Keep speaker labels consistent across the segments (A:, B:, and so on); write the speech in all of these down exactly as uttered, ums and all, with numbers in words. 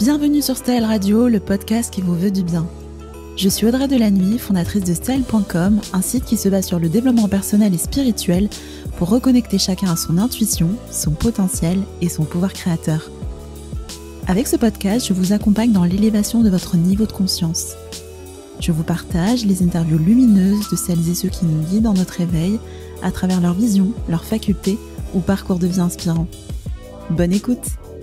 A: Bienvenue sur Style Radio, le podcast qui vous veut du bien. Je suis Audrey Delannuy, fondatrice de Style point com, un site qui se base sur le développement personnel et spirituel pour reconnecter chacun à son intuition, son potentiel et son pouvoir créateur. Avec ce podcast, je vous accompagne dans l'élévation de votre niveau de conscience. Je vous partage les interviews lumineuses de celles et ceux qui nous guident dans notre éveil à travers leur vision, leurs facultés ou parcours de vie inspirant. Bonne écoute!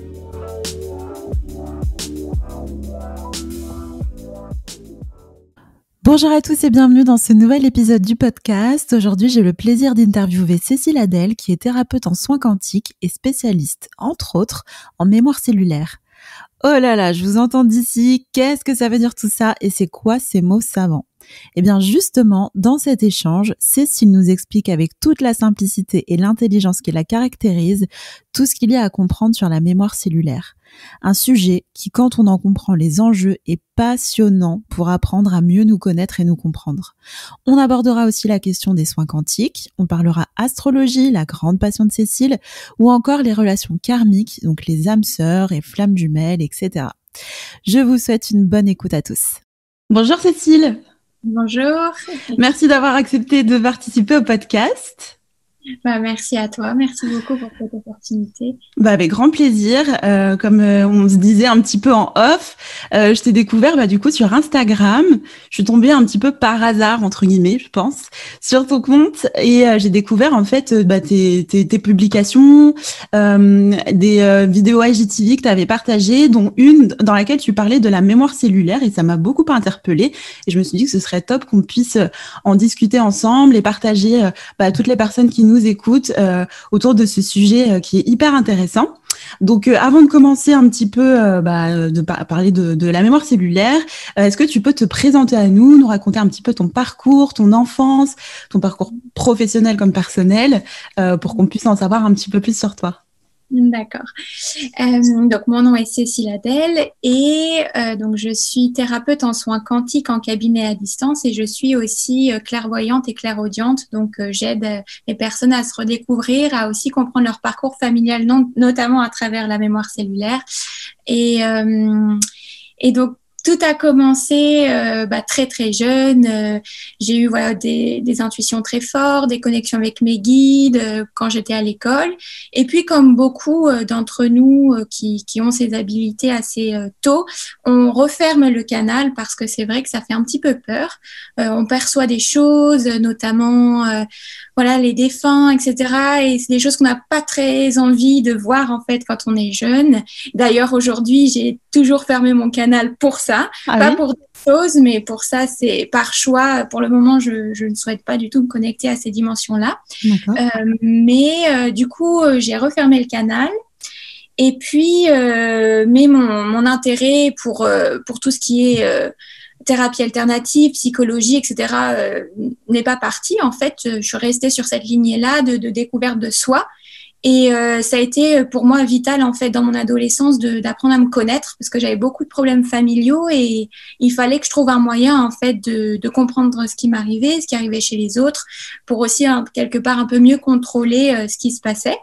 A: Bonjour à tous et bienvenue dans ce nouvel épisode du podcast. Aujourd'hui, j'ai le plaisir d'interviewer Cécile Adel, qui est thérapeute en soins quantiques et spécialiste, entre autres, en mémoire cellulaire. Oh là là, je vous entends d'ici, qu'est-ce que ça veut dire tout ça et c'est quoi ces mots savants? Eh bien justement, dans cet échange, Cécile nous explique avec toute la simplicité et l'intelligence qui la caractérise, tout ce qu'il y a à comprendre sur la mémoire cellulaire. Un sujet qui, quand on en comprend les enjeux, est passionnant pour apprendre à mieux nous connaître et nous comprendre. On abordera aussi la question des soins quantiques, on parlera astrologie, la grande passion de Cécile, ou encore les relations karmiques, donc les âmes sœurs et flammes jumelles, et cetera. Je vous souhaite une bonne écoute à tous. Bonjour Cécile.
B: Bonjour.
A: Merci d'avoir accepté de participer au podcast.
B: Bah, merci à toi, merci beaucoup pour cette opportunité.
A: Bah, avec grand plaisir. Euh, comme euh, on se disait un petit peu en off, euh, je t'ai découvert bah, du coup sur Instagram. Je suis tombée un petit peu par hasard, entre guillemets, je pense, sur ton compte et euh, j'ai découvert en fait bah, tes, tes, tes publications, euh, des euh, vidéos I G T V que tu avais partagées, dont une dans laquelle tu parlais de la mémoire cellulaire et ça m'a beaucoup interpellée. Et je me suis dit que ce serait top qu'on puisse en discuter ensemble et partager euh, bah, toutes les personnes qui nous nous écoute euh, autour de ce sujet euh, qui est hyper intéressant. Donc, euh, avant de commencer un petit peu euh, bah, de par- parler de, de la mémoire cellulaire, euh, est-ce que tu peux te présenter à nous, nous raconter un petit peu ton parcours, ton enfance, ton parcours professionnel comme personnel, euh, pour qu'on puisse en savoir un petit peu plus sur toi?
B: D'accord. Euh, donc, mon nom est Cécile Adel et euh, donc je suis thérapeute en soins quantiques en cabinet à distance et je suis aussi euh, clairvoyante et clairaudiente. Donc, euh, j'aide euh, les personnes à se redécouvrir, à aussi comprendre leur parcours familial, non, notamment à travers la mémoire cellulaire. Et, euh, et donc, tout a commencé euh, bah, très très jeune. Euh, j'ai eu voilà des, des intuitions très fortes, des connexions avec mes guides euh, quand j'étais à l'école. Et puis comme beaucoup euh, d'entre nous euh, qui, qui ont ces habilités assez euh, tôt, on referme le canal parce que c'est vrai que ça fait un petit peu peur. Euh, on perçoit des choses, notamment euh, voilà les défunts, et cetera. Et c'est des choses qu'on n'a pas très envie de voir en fait quand on est jeune. D'ailleurs aujourd'hui, j'ai toujours fermé mon canal pour ça. Ah pas oui. Pour d'autres choses, mais pour ça, c'est par choix. Pour le moment, je, je ne souhaite pas du tout me connecter à ces dimensions-là. Euh, mais euh, du coup, euh, j'ai refermé le canal. Et puis, euh, mais mon, mon intérêt pour, euh, pour tout ce qui est euh, thérapie alternative, psychologie, et cetera, euh, n'est pas parti. En fait, je suis restée sur cette lignée-là de, de découverte de soi. Et euh, ça a été pour moi vital en fait dans mon adolescence de, d'apprendre à me connaître parce que j'avais beaucoup de problèmes familiaux et il fallait que je trouve un moyen en fait de, de comprendre ce qui m'arrivait, ce qui arrivait chez les autres, pour aussi hein, quelque part un peu mieux contrôler euh, ce qui se passait.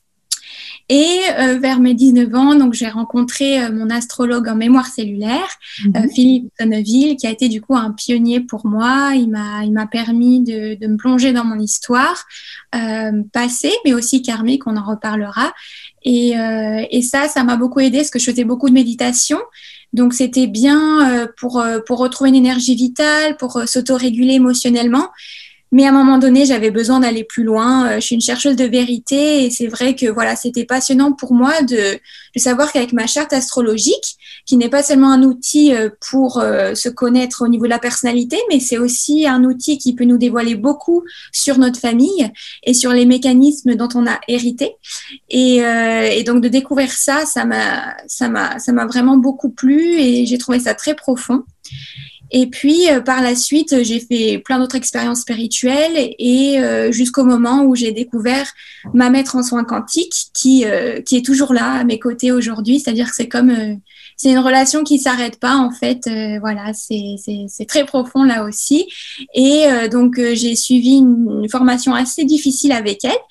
B: Et euh, vers mes dix-neuf ans, donc j'ai rencontré euh, mon astrologue en mémoire cellulaire, mmh. euh, Philippe Tonneville, qui a été du coup un pionnier pour moi. Il m'a, il m'a permis de, de me plonger dans mon histoire euh, passée, mais aussi karmique, on en reparlera. Et, euh, et ça, ça m'a beaucoup aidé parce que je faisais beaucoup de méditation. Donc c'était bien euh, pour, euh, pour retrouver une énergie vitale, pour euh, s'autoréguler émotionnellement. Mais à un moment donné, j'avais besoin d'aller plus loin. Je suis une chercheuse de vérité et c'est vrai que voilà, c'était passionnant pour moi de, de savoir qu'avec ma charte astrologique, qui n'est pas seulement un outil pour euh, se connaître au niveau de la personnalité, mais c'est aussi un outil qui peut nous dévoiler beaucoup sur notre famille et sur les mécanismes dont on a hérité. Et, euh, et donc de découvrir ça, ça m'a, ça m'a, ça m'a vraiment beaucoup plu et j'ai trouvé ça très profond. Et puis, euh, par la suite, j'ai fait plein d'autres expériences spirituelles et euh, jusqu'au moment où j'ai découvert ma maître en soins quantiques qui, euh, qui est toujours là à mes côtés aujourd'hui. C'est-à-dire que c'est comme, euh, c'est une relation qui s'arrête pas en fait. Euh, voilà, c'est, c'est, c'est très profond là aussi. Et euh, donc, euh, j'ai suivi une, une formation assez difficile avec elle.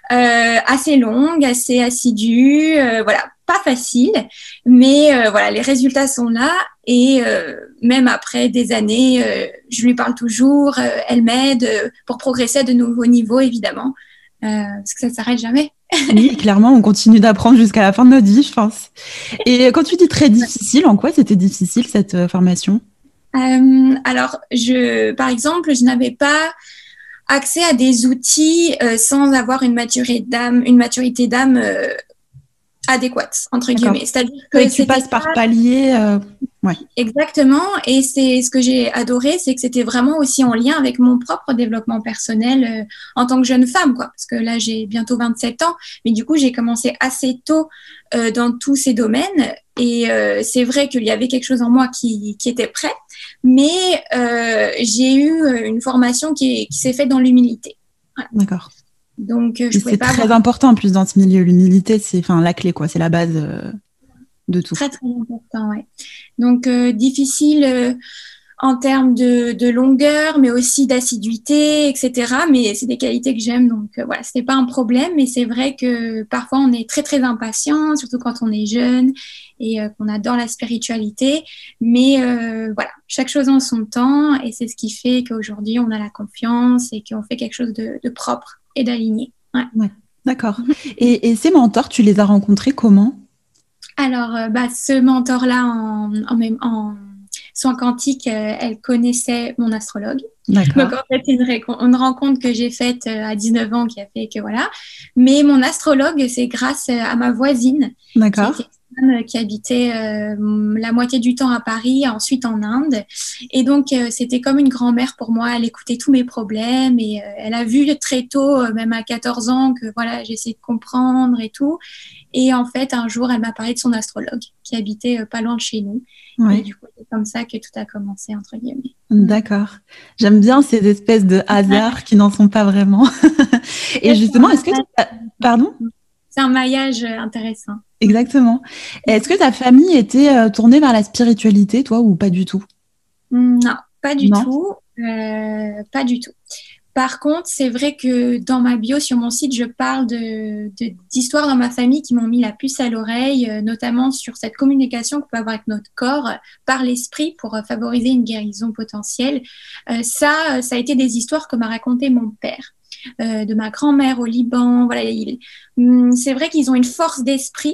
B: euh, assez longue, assez assidue, euh, voilà, pas facile, mais euh, voilà, les résultats sont là et euh, même après des années, euh, je lui parle toujours, euh, elle m'aide euh, pour progresser à de nouveaux niveaux, évidemment, euh, parce que ça ne s'arrête jamais.
A: Oui, clairement, on continue d'apprendre jusqu'à la fin de notre vie, je pense. Et quand tu dis très difficile, en quoi c'était difficile cette euh, formation?
B: Euh, alors, je, par exemple, je n'avais pas accès à des outils euh, sans avoir une maturité d'âme, une maturité d'âme euh, adéquate, entre
A: D'accord.
B: guillemets. C'est-à-dire
A: Fallait
B: que
A: que tu
B: c'était
A: passes par
B: pas
A: palier. Euh... Ouais,
B: exactement, et c'est ce que j'ai adoré, c'est que c'était vraiment aussi en lien avec mon propre développement personnel euh, en tant que jeune femme, quoi. Parce que là, j'ai bientôt vingt-sept ans, mais du coup, j'ai commencé assez tôt euh, dans tous ces domaines. Et euh, c'est vrai qu'il y avait quelque chose en moi qui, qui était prêt, mais euh, j'ai eu une formation qui, est, qui s'est faite dans l'humilité. Voilà.
A: d'accord.
B: Donc, euh, je
A: Et
B: pouvais
A: c'est
B: pas avoir
A: très important en plus dans ce milieu. L'humilité, c'est enfin la clé, quoi. C'est la base euh, de tout.
B: très, très important, ouais. Donc, euh, difficile euh, en termes de, de longueur, mais aussi d'assiduité, et cetera. Mais c'est des qualités que j'aime, donc euh, voilà, c'était pas un problème. Mais c'est vrai que parfois on est très très impatient, surtout quand on est jeune et euh, qu'on adore la spiritualité. Mais euh, voilà, chaque chose en son temps, et c'est ce qui fait qu'aujourd'hui on a la confiance et qu'on fait quelque chose de, de propre et d'aligné. Ouais.
A: Ouais, d'accord. Et, et ces mentors, tu les as rencontrés comment?
B: Alors, euh, bah, ce mentor-là en, en, même, en soins quantiques, euh, elle connaissait mon astrologue. Donc,
A: D'accord,
B: en fait, c'est une, récon- une rencontre que j'ai faite euh, à dix-neuf ans qui a fait que voilà. Mais mon astrologue, c'est grâce euh, à ma voisine qui était
A: d'accord.
B: une femme qui habitait euh, la moitié du temps à Paris, ensuite en Inde. Et donc, euh, c'était comme une grand-mère pour moi. Elle écoutait tous mes problèmes et euh, elle a vu très tôt, euh, même à quatorze ans, que voilà, j'essayais de comprendre et tout. Et en fait, un jour, elle m'a parlé de son astrologue qui habitait euh, pas loin de chez nous. Et
A: Ouais,
B: du coup, c'est comme ça que tout a commencé, entre guillemets. Mm.
A: d'accord. J'aime bien ces espèces de hasards qui n'en sont pas vraiment. Et
B: C'est un
A: justement, est-ce que
B: maillage
A: tu- pardon?
B: c'est un maillage, euh, intéressant.
A: Exactement. Est-ce que ta famille était euh, tournée vers la spiritualité, toi, ou pas du tout?
B: Mm, Non, pas du
A: Non?
B: tout. Euh, pas du tout. Par contre, c'est vrai que dans ma bio sur mon site, je parle de, de- d'histoires dans ma famille qui m'ont mis la puce à l'oreille, euh, notamment sur cette communication qu'on peut avoir avec notre corps euh, par l'esprit pour euh, favoriser une guérison potentielle. Euh, ça, euh, ça a été des histoires que m'a raconté mon père, euh, de ma grand-mère au Liban. Voilà, il- hum, c'est vrai qu'ils ont une force d'esprit.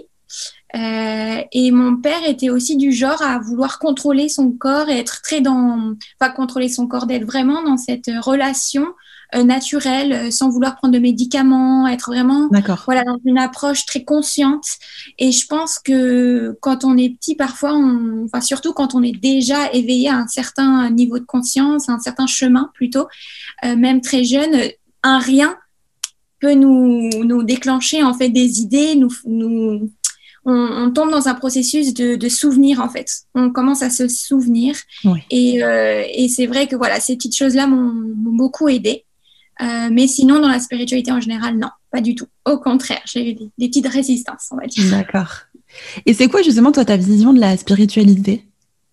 B: Euh, et mon père était aussi du genre à vouloir contrôler son corps et être très dans, enfin contrôler son corps, d'être vraiment dans cette relation euh, naturelle, euh, sans vouloir prendre de médicaments, être vraiment,
A: D'accord.
B: voilà, dans une approche très consciente. Et je pense que quand on est petit, parfois, on, enfin surtout quand on est déjà éveillé à un certain niveau de conscience, à un certain chemin plutôt, euh, même très jeune, un rien peut nous, nous déclencher en fait des idées, nous, nous on, on tombe dans un processus de, de souvenir en fait. On commence à se souvenir
A: Oui.
B: et, euh, et c'est vrai que voilà, ces petites choses-là m'ont, m'ont beaucoup aidé. Euh, mais sinon, dans la spiritualité en général, non, pas du tout. Au contraire, j'ai eu des, des petites résistances, on va dire.
A: D'accord. Et c'est quoi justement toi ta vision de la spiritualité?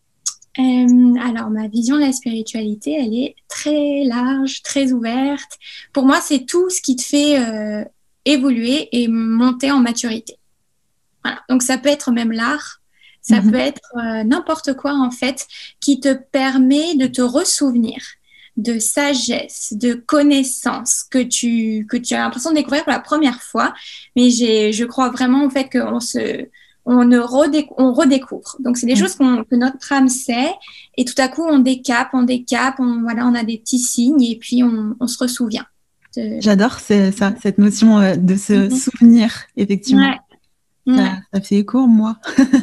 B: Euh, alors, ma vision de la spiritualité, elle est très large, très ouverte. Pour moi, c'est tout ce qui te fait euh, évoluer et monter en maturité. Voilà. Donc, ça peut être même l'art, ça peut
A: Mhm.
B: être euh, n'importe quoi, en fait, qui te permet de te ressouvenir de sagesse, de connaissances que tu, que tu as l'impression de découvrir pour la première fois. Mais j'ai, je crois vraiment, en fait, qu'on se, on ne redéc- on redécouvre. Donc, c'est des
A: Oui.
B: choses qu'on, que notre âme sait. Et tout à coup, on décape, on décape, on, voilà, on a des petits signes et puis on, on se ressouvient. De...
A: J'adore c'est ça, cette notion euh, de se
B: Mhm.
A: souvenir, effectivement.
B: Ouais,
A: Ça,
B: ouais.
A: ça fait écho en moi.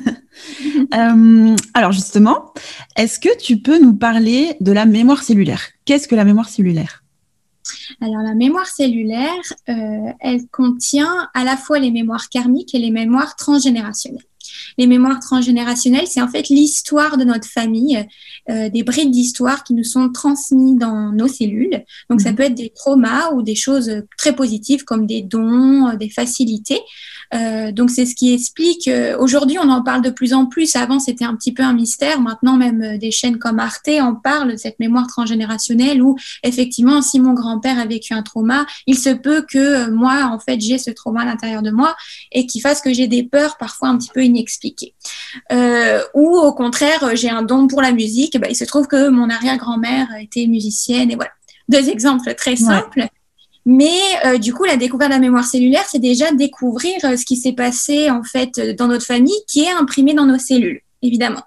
A: Euh, alors justement, est-ce que tu peux nous parler de la mémoire cellulaire? Qu'est-ce que la mémoire cellulaire?
B: Alors, la mémoire cellulaire, euh, elle contient à la fois les mémoires karmiques et les mémoires transgénérationnelles. les mémoires transgénérationnelles, c'est en fait l'histoire de notre famille, euh, des bribes d'histoire qui nous sont transmises dans nos cellules. Donc, mmh. ça peut être des traumas ou des choses très positives comme des dons, des facilités. Euh, donc, c'est ce qui explique. Euh, aujourd'hui, on en parle de plus en plus. Avant, c'était un petit peu un mystère. Maintenant, même euh, des chaînes comme Arte en parlent de cette mémoire transgénérationnelle où, effectivement, si mon grand-père a vécu un trauma, il se peut que euh, moi, en fait, j'ai ce trauma à l'intérieur de moi et qui fasse que j'ai des peurs parfois un petit peu inexpliquées. Euh, ou au contraire, j'ai un don pour la musique. Et ben, il se trouve que mon arrière-grand-mère était musicienne. Et voilà, deux exemples très simples. Ouais. Mais euh, du coup, la découverte de la mémoire cellulaire, c'est déjà découvrir euh, ce qui s'est passé en fait dans notre famille, qui est imprimé dans nos cellules, évidemment.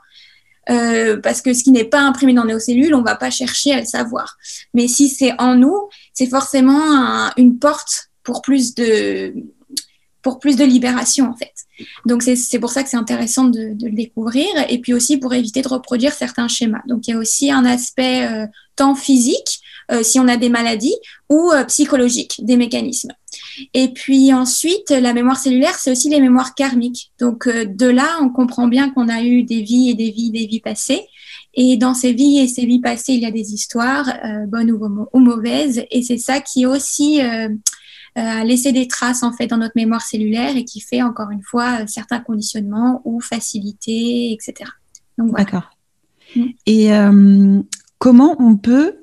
B: Euh, parce que ce qui n'est pas imprimé dans nos cellules, on ne va pas chercher à le savoir. Mais si c'est en nous, c'est forcément un, une porte pour plus de pour plus de libération en fait. Donc c'est, c'est pour ça que c'est intéressant de, de le découvrir et puis aussi pour éviter de reproduire certains schémas. Donc il y a aussi un aspect euh, tant physique euh, si on a des maladies ou euh, psychologique, des mécanismes. Et puis ensuite, la mémoire cellulaire, c'est aussi les mémoires karmiques. Donc euh, de là, on comprend bien qu'on a eu des vies et des vies, des vies passées. Et dans ces vies et ces vies passées, il y a des histoires, euh, bonnes ou, ou mauvaises. Et c'est ça qui aussi euh, euh, laissé des traces en fait dans notre mémoire cellulaire et qui fait encore une fois certains conditionnements ou facilités, et cetera. Donc, voilà.
A: D'accord. Mmh. Et euh, comment on peut,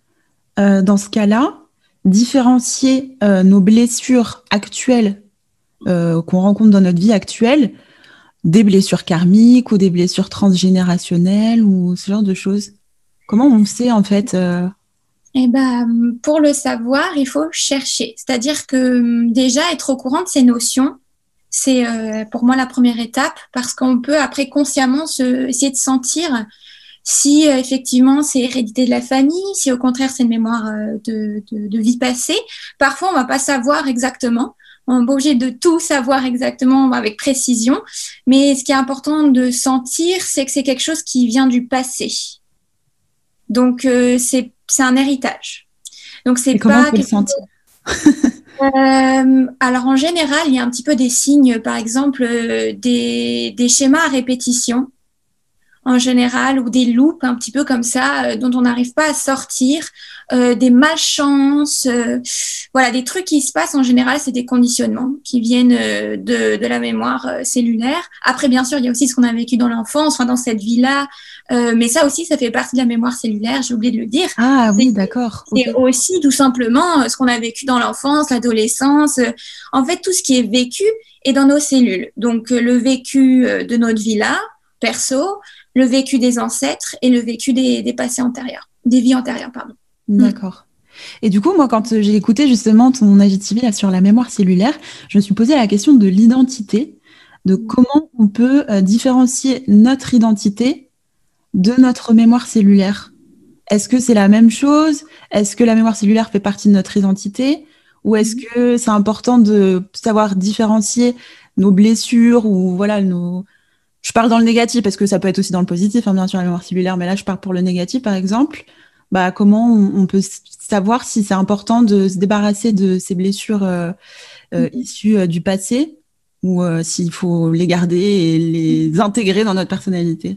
A: euh, dans ce cas-là, différencier euh, nos blessures actuelles euh, qu'on rencontre dans notre vie actuelle des blessures karmiques ou des blessures transgénérationnelles ou ce genre de choses? Comment on sait en fait euh...
B: Eh ben, pour le savoir, il faut chercher. C'est-à-dire que déjà, être au courant de ces notions, c'est euh, pour moi la première étape parce qu'on peut après consciemment se, essayer de sentir si euh, effectivement c'est hérédité de la famille, si au contraire c'est une mémoire euh, de, de, de vie passée. Parfois, on va pas savoir exactement. On n'est pas obligé de tout savoir exactement avec précision. Mais ce qui est important de sentir, c'est que c'est quelque chose qui vient du passé. Donc, euh, c'est, c'est un héritage. Donc, c'est
A: Et comment
B: pas
A: on peut le sentir?
B: euh, alors, en général, il y a un petit peu des signes, par exemple, euh, des, des schémas à répétition, en général, ou des loops un petit peu comme ça, euh, dont on n'arrive pas à sortir, euh, des malchances, euh, voilà, des trucs qui se passent en général, c'est des conditionnements qui viennent euh, de, de la mémoire euh, cellulaire. Après, bien sûr, il y a aussi ce qu'on a vécu dans l'enfance, enfin, dans cette vie-là, euh, mais ça aussi, ça fait partie de la mémoire cellulaire, j'ai oublié de le dire.
A: Ah oui,
B: c'est,
A: d'accord.
B: C'est
A: okay.
B: aussi tout simplement ce qu'on a vécu dans l'enfance, l'adolescence, euh, en fait, tout ce qui est vécu est dans nos cellules. Donc, euh, le vécu euh, de notre vie-là, perso, le vécu des ancêtres et le vécu des, des passés antérieurs, des vies antérieures, pardon.
A: D'accord. Et du coup, moi, quand j'ai écouté justement ton I G T V là, sur la mémoire cellulaire, je me suis posé la question de l'identité, de comment on peut euh, différencier notre identité de notre mémoire cellulaire. Est-ce que c'est la même chose? Est-ce que la mémoire cellulaire fait partie de notre identité? Ou est-ce que c'est important de savoir différencier nos blessures ou voilà nos... Je parle dans le négatif parce que ça peut être aussi dans le positif, hein, bien sûr, la mémoire cellulaire, mais là, je parle pour le négatif, par exemple. Bah, comment on, on peut savoir si c'est important de se débarrasser de ces blessures euh, euh, issues euh, du passé ou euh, s'il faut les garder et les intégrer dans notre personnalité?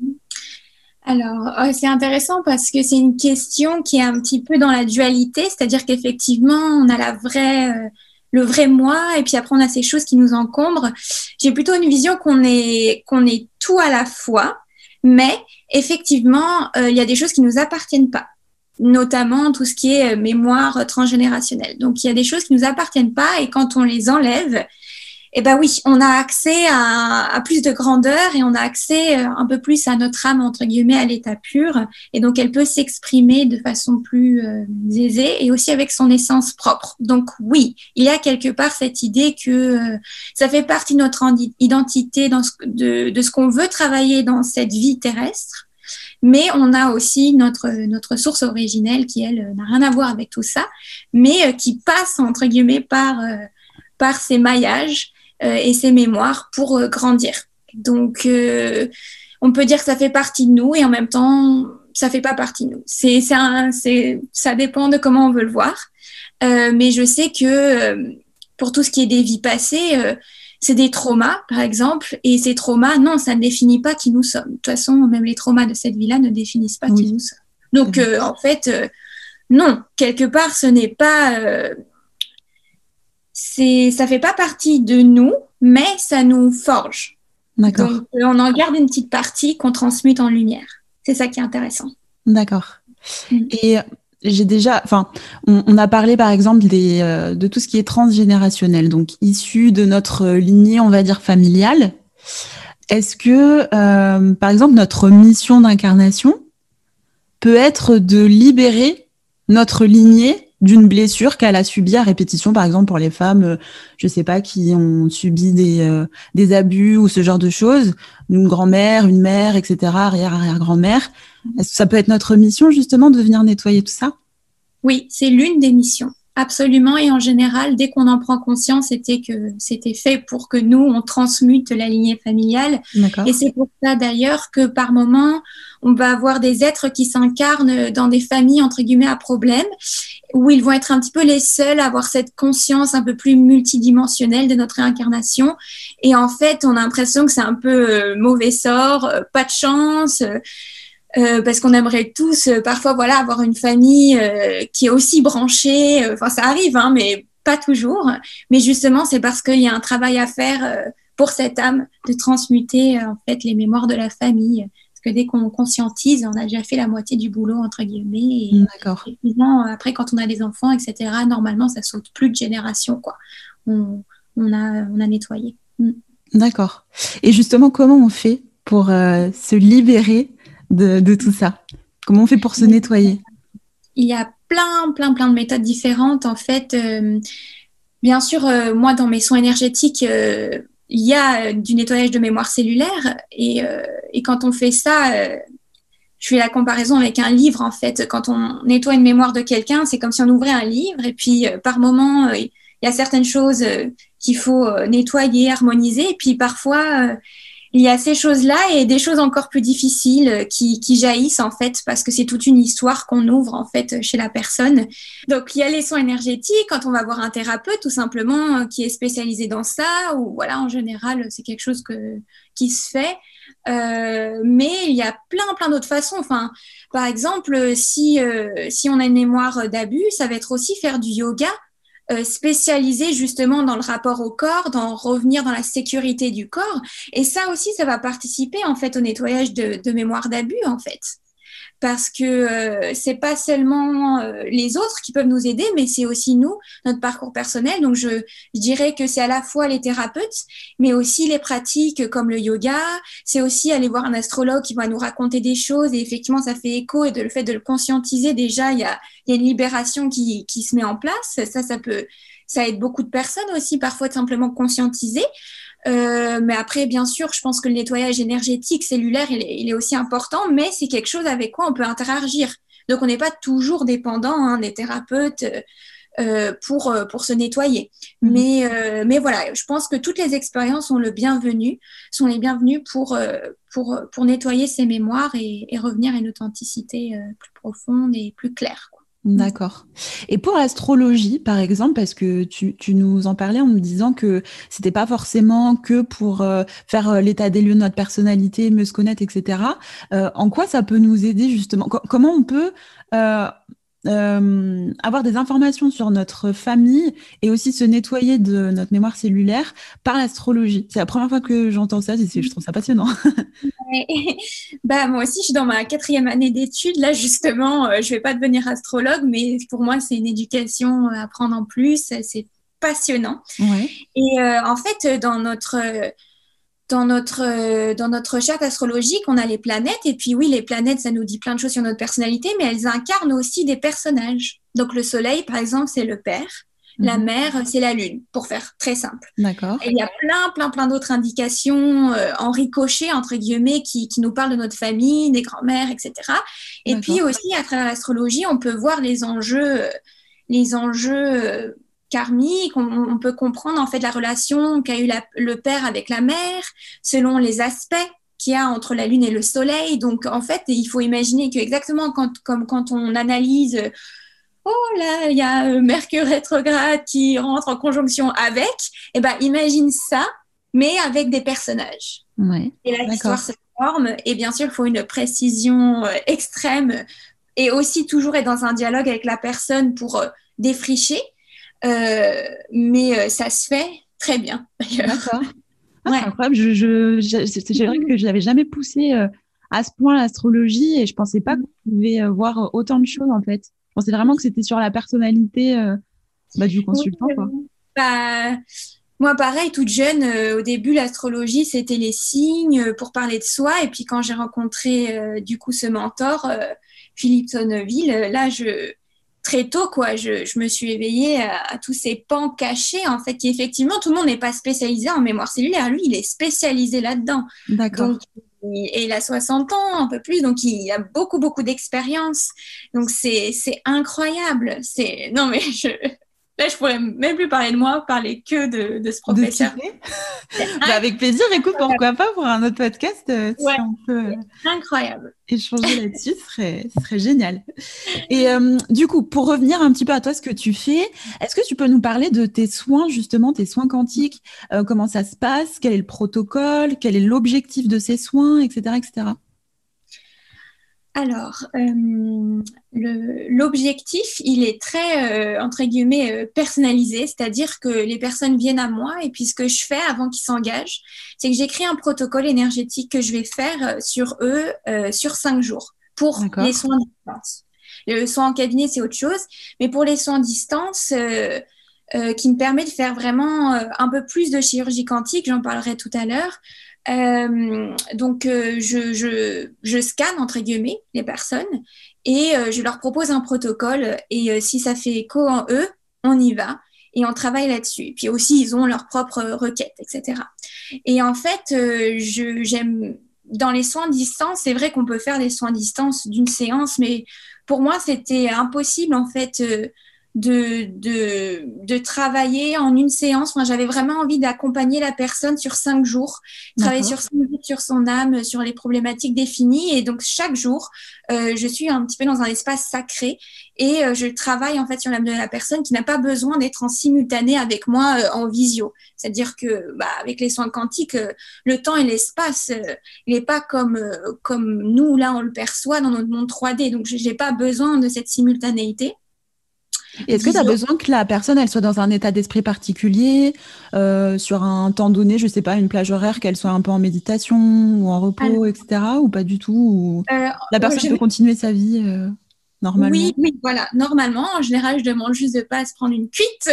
B: Alors, c'est intéressant parce que c'est une question qui est un petit peu dans la dualité, c'est-à-dire qu'effectivement, on a la vraie... Euh, le vrai moi, et puis après on a ces choses qui nous encombrent. J'ai plutôt une vision qu'on est, qu'on est tout à la fois, mais effectivement, euh, il y a des choses qui nous appartiennent pas, notamment tout ce qui est mémoire transgénérationnelle. Donc il y a des choses qui nous appartiennent pas, et quand on les enlève, eh ben oui, on a accès à, à plus de grandeur et on a accès un peu plus à notre âme, entre guillemets, à l'état pur. Et donc, elle peut s'exprimer de façon plus euh, aisée et aussi avec son essence propre. Donc, oui, il y a quelque part cette idée que euh, ça fait partie de notre identité, dans ce, de, de ce qu'on veut travailler dans cette vie terrestre. Mais on a aussi notre, notre source originelle qui, elle, n'a rien à voir avec tout ça, mais euh, qui passe, entre guillemets, par, euh, par ces maillages et ses mémoires pour euh, grandir. Donc, euh, on peut dire que ça fait partie de nous et en même temps, ça fait pas partie de nous. C'est, c'est un, c'est, ça dépend de comment on veut le voir. Euh, mais je sais que euh, pour tout ce qui est des vies passées, euh, c'est des traumas, par exemple, et ces traumas, non, ça ne définit pas qui nous sommes. De toute façon, même les traumas de cette vie-là ne définissent pas
A: Oui.
B: qui nous sommes. Donc, euh, en fait, euh, non, quelque part, ce n'est pas... Euh, c'est, ça fait pas partie de nous, mais ça nous forge.
A: D'accord.
B: Donc, euh, on en garde une petite partie qu'on transmute en lumière. C'est ça qui est intéressant.
A: D'accord.
B: Mm.
A: Et j'ai déjà, enfin, on, on a parlé par exemple des, euh, de tout ce qui est transgénérationnel, donc issu de notre lignée, on va dire familiale. Est-ce que, euh, par exemple, notre mission d'incarnation peut être de libérer notre lignée d'une blessure qu'elle a subie à répétition, par exemple pour les femmes, euh, je sais pas, qui ont subi des, euh, des abus ou ce genre de choses, une grand-mère, une mère, et cetera, arrière-arrière-grand-mère. Est-ce que ça peut être notre mission justement de venir nettoyer tout ça?
B: Oui, c'est l'une des missions. Absolument. Et en général, dès qu'on en prend conscience, c'était que c'était fait pour que nous, on transmute la lignée familiale.
A: D'accord.
B: Et c'est pour ça d'ailleurs que par moment, on va avoir des êtres qui s'incarnent dans des familles, entre guillemets, à problème, où ils vont être un petit peu les seuls à avoir cette conscience un peu plus multidimensionnelle de notre réincarnation. Et en fait, on a l'impression que c'est un peu euh, mauvais sort, euh, pas de chance. Euh, Euh, parce qu'on aimerait tous euh, parfois voilà avoir une famille euh, qui est aussi branchée. Enfin, ça arrive, hein, mais pas toujours. Mais justement, c'est parce qu'il y a un travail à faire euh, pour cette âme de transmuter euh, en fait les mémoires de la famille. Parce que dès qu'on conscientise, on a déjà fait la moitié du boulot entre guillemets. Et,
A: D'accord.
B: et finalement, après, quand on a des enfants, et cetera, normalement, ça saute plus de génération, quoi. On, on a on a nettoyé. Mm.
A: D'accord. Et justement, comment on fait pour euh, se libérer de, de tout ça? Comment on fait pour se nettoyer?
B: Il y a plein, plein, plein de méthodes différentes. En fait, euh, bien sûr, euh, moi, dans mes soins énergétiques, euh, il y a euh, du nettoyage de mémoire cellulaire. Et, euh, et quand on fait ça, euh, je fais la comparaison avec un livre, en fait. Quand on nettoie une mémoire de quelqu'un, c'est comme si on ouvrait un livre. Et puis, euh, par moment, euh, il y a certaines choses euh, qu'il faut euh, nettoyer, harmoniser. Et puis, parfois... Euh, il y a ces choses-là et des choses encore plus difficiles qui, qui jaillissent en fait parce que c'est toute une histoire qu'on ouvre en fait chez la personne. Donc il y a les soins énergétiques quand on va voir un thérapeute tout simplement qui est spécialisé dans ça ou voilà en général c'est quelque chose que, qui se fait. Euh, mais il y a plein plein d'autres façons. Enfin, par exemple si euh, si on a une mémoire d'abus, ça va être aussi faire du yoga. Euh, spécialisé justement dans le rapport au corps, dans revenir dans la sécurité du corps. Et ça aussi, ça va participer en fait au nettoyage de, de mémoire d'abus en fait. Parce que euh, c'est pas seulement euh, les autres qui peuvent nous aider, mais c'est aussi nous, notre parcours personnel. Donc je, je dirais que c'est à la fois les thérapeutes, mais aussi les pratiques comme le yoga. C'est aussi aller voir un astrologue qui va nous raconter des choses et effectivement ça fait écho et de le fait de le conscientiser déjà, il y a, il y a une libération qui, qui se met en place. Ça, ça peut, ça aide beaucoup de personnes aussi parfois de simplement conscientiser. Euh, mais après, bien sûr, je pense que le nettoyage énergétique cellulaire, il est, il est aussi important, mais c'est quelque chose avec quoi on peut interagir. Donc, on n'est pas toujours dépendant hein, des thérapeutes euh, pour, pour se nettoyer. Mmh. Mais, euh, mais voilà, je pense que toutes les expériences sont le bienvenu, sont les bienvenues pour, euh, pour, pour nettoyer ses mémoires et, et revenir à une authenticité euh, plus profonde et plus claire, quoi.
A: D'accord. Et pour l'astrologie, par exemple, parce que tu, tu nous en parlais en nous disant que c'était pas forcément que pour euh, faire l'état des lieux de notre personnalité, mieux se connaître, et cetera. Euh, en quoi ça peut nous aider justement? Co- comment on peut euh, euh, avoir des informations sur notre famille et aussi se nettoyer de notre mémoire cellulaire par l'astrologie? C'est la première fois que j'entends ça, je je trouve ça passionnant.
B: Ouais. Bah, moi aussi, je suis dans ma quatrième année d'études. Là, justement, euh, je vais pas devenir astrologue, mais pour moi, c'est une éducation à prendre en plus. C'est passionnant.
A: Ouais.
B: Et euh, en fait, dans notre, dans, notre, dans notre charte astrologique, on a les planètes. Et puis oui, les planètes, ça nous dit plein de choses sur notre personnalité, mais elles incarnent aussi des personnages. Donc le soleil, par exemple, c'est le père. La
A: Mhm.
B: mer, c'est la lune, pour faire très simple.
A: D'accord.
B: Et il y a plein, plein, plein d'autres indications euh, en ricochet, entre guillemets, qui, qui nous parlent de notre famille, des grands-mères, et cetera. Et puis
A: D'accord.
B: aussi, à travers l'astrologie, on peut voir les enjeux, euh, les enjeux euh, karmiques. On, on peut comprendre en fait la relation qu'a eu la, le père avec la mère, selon les aspects qu'il y a entre la lune et le soleil. Donc, en fait, il faut imaginer que exactement quand, comme quand on analyse... Euh, oh là, il y a euh, Mercure rétrograde qui rentre en conjonction avec, et ben imagine ça mais avec des personnages.
A: Ouais,
B: Et là,
A: d'accord.
B: l'histoire se forme. Et bien sûr, il faut une précision euh, extrême et aussi toujours être dans un dialogue avec la personne pour euh, défricher. Euh, mais euh, ça se fait très bien, d'ailleurs.
A: D'accord. Ah, c'est
B: Ouais.
A: incroyable. Je, je, je- c'est c'est vrai que je n'avais jamais poussé euh, à ce point l'astrologie et je pensais pas qu'on pouvait euh, voir autant de choses en fait. Je pensais vraiment que c'était sur la personnalité euh, bah, du
B: Oui,
A: consultant,
B: euh,
A: quoi.
B: bah, moi, pareil, toute jeune, euh, au début, l'astrologie, c'était les signes euh, pour parler de soi. Et puis, quand j'ai rencontré, euh, du coup, ce mentor, euh, Philippe Tonneville, euh, là, je, très tôt, quoi, je, je me suis éveillée à, à tous ces pans cachés, en fait, qui, effectivement, tout le monde n'est pas spécialisé en mémoire cellulaire. Lui, il est spécialisé là-dedans.
A: D'accord.
B: Donc, il- et il a soixante ans, un peu plus, donc il a beaucoup, beaucoup d'expérience. Donc, c'est, c'est incroyable. C'est, non, mais je, là, je pourrais même plus parler de moi, parler que de, de ce
A: De ce qu'il
B: professeur.
A: fait?
B: C'est
A: Bah, avec plaisir. Écoute,
B: incroyable.
A: pourquoi pas pour un autre podcast, euh, si
B: Ouais,
A: on peut euh,
B: c'est incroyable.
A: échanger là-dessus, ce serait, ce serait génial. Et euh, du coup, pour revenir un petit peu à toi, ce que tu fais, est-ce que tu peux nous parler de tes soins, justement, tes soins quantiques, euh, comment ça se passe, quel est le protocole, quel est l'objectif de ces soins, et cetera, et cetera.
B: Alors, euh, le- l'objectif, il est très, euh, entre guillemets, euh, personnalisé, c'est-à-dire que les personnes viennent à moi et puis ce que je fais avant qu'ils s'engagent, c'est que j'écris un protocole énergétique que je vais faire euh, sur eux euh, sur cinq jours pour les
A: D'accord.
B: soins à distance. Le soin en cabinet, c'est autre chose, mais pour les soins à distance, euh, euh, qui me permet de faire vraiment euh, un peu plus de chirurgie quantique, j'en parlerai tout à l'heure. Euh, donc, euh, je, je, je scanne, entre guillemets, les personnes et euh, je leur propose un protocole. Et euh, si ça fait écho en eux, on y va et on travaille là-dessus. Puis aussi, ils ont leurs propres requêtes, et cetera. Et en fait, euh, je, j'aime, dans les soins à distance, c'est vrai qu'on peut faire des soins à distance d'une séance, mais pour moi, c'était impossible, en fait. Euh, de, de, de travailler en une séance. Enfin, j'avais vraiment envie d'accompagner la personne sur cinq jours, travailler
A: D'accord.
B: sur son, sur son âme, sur les problématiques définies. Et donc, chaque jour, euh, je suis un petit peu dans un espace sacré et euh, je travaille en fait sur l'âme de la personne qui n'a pas besoin d'être en simultané avec moi euh, en visio. C'est-à-dire que, bah, avec les soins quantiques, euh, le temps et l'espace, euh, il n'est pas comme, euh, comme nous, là, on le perçoit dans notre monde trois D. Donc, je n'ai pas besoin de cette simultanéité.
A: Et est-ce que tu as
B: Visio.
A: besoin que la personne, elle soit dans un état d'esprit particulier, euh, sur un temps donné, je sais pas, une plage horaire, qu'elle soit un peu en méditation ou en repos, et cetera, ou pas du tout, ou
B: Euh,
A: la
B: ouais,
A: personne peut
B: je-
A: continuer sa vie euh, normalement?
B: oui, oui, voilà. Normalement, en général, je demande juste de pas se prendre une cuite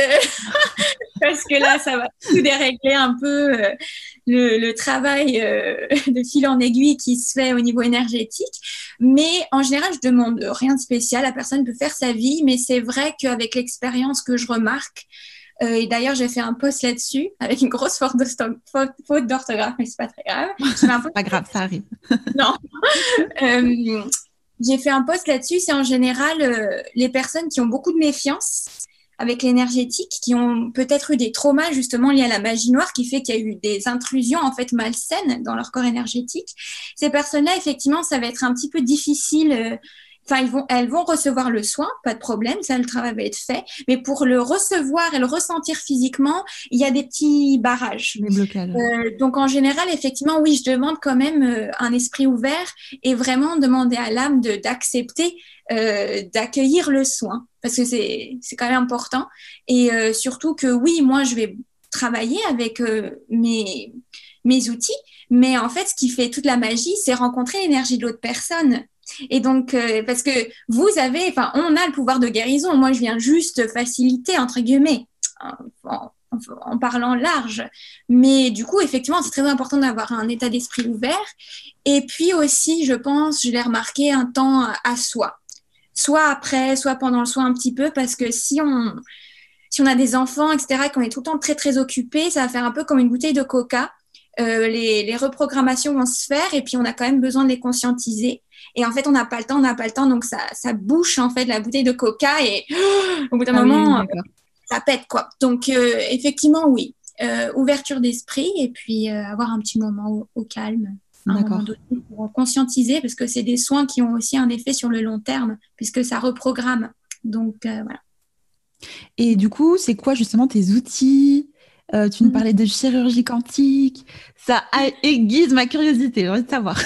B: parce que là, ça va tout dérégler un peu euh, le, le travail euh, de fil en aiguille qui se fait au niveau énergétique. Mais en général, je demande rien de spécial. La personne peut faire sa vie, mais c'est vrai qu'avec l'expérience que je remarque, euh, et d'ailleurs, j'ai fait un post là-dessus avec une grosse faute d'ortho- faute- faute d'orthographe, mais c'est pas très grave. J'ai fait un
A: C'est
B: post.
A: pas grave, ça arrive.
B: Non. Euh, j'ai fait un post là-dessus. C'est en général euh, les personnes qui ont beaucoup de méfiance avec l'énergétique, qui ont peut-être eu des traumas justement liés à la magie noire, qui fait qu'il y a eu des intrusions en fait malsaines dans leur corps énergétique. Ces personnes-là, effectivement, ça va être un petit peu difficile. euh, Enfin, ils vont, elles vont recevoir le soin, pas de problème, ça, le travail va être fait. Mais pour le recevoir et le ressentir physiquement, il y a des petits barrages.
A: Les blocages, ouais.
B: Euh, donc en général, effectivement, oui, je demande quand même euh, un esprit ouvert et vraiment demander à l'âme de d'accepter, euh, d'accueillir le soin, parce que c'est c'est quand même important. Et euh, surtout que oui, moi, je vais travailler avec euh, mes mes outils, mais en fait, ce qui fait toute la magie, c'est rencontrer l'énergie de l'autre personne. Et donc, euh, parce que vous avez, enfin, on a le pouvoir de guérison. Moi, je viens juste faciliter, entre guillemets, en, en, en parlant large. Mais du coup, effectivement, c'est très important d'avoir un état d'esprit ouvert. Et puis aussi, je pense, je l'ai remarqué, un temps à soi. Soit après, soit pendant le soin un petit peu, parce que si on, si on a des enfants, et cetera, et qu'on est tout le temps très, très occupé, ça va faire un peu comme une bouteille de coca. Euh, les, les reprogrammations vont se faire et puis on a quand même besoin de les conscientiser. Et en fait, on n'a pas le temps, on n'a pas le temps, donc ça, ça bouche en fait la bouteille de coca et au bout d'un
A: Ah oui, oui,
B: moment,
A: d'accord.
B: ça pète quoi. Donc euh, effectivement, oui, euh, ouverture d'esprit et puis euh, avoir un petit moment au, au calme, à un moment
A: D'accord.
B: donné pour conscientiser parce que c'est des soins qui ont aussi un effet sur le long terme puisque ça reprogramme. Donc euh, voilà.
A: Et du coup, c'est quoi justement tes outils? Euh, tu nous parlais de chirurgie quantique. Ça a- aiguise ma curiosité, j'ai envie de savoir.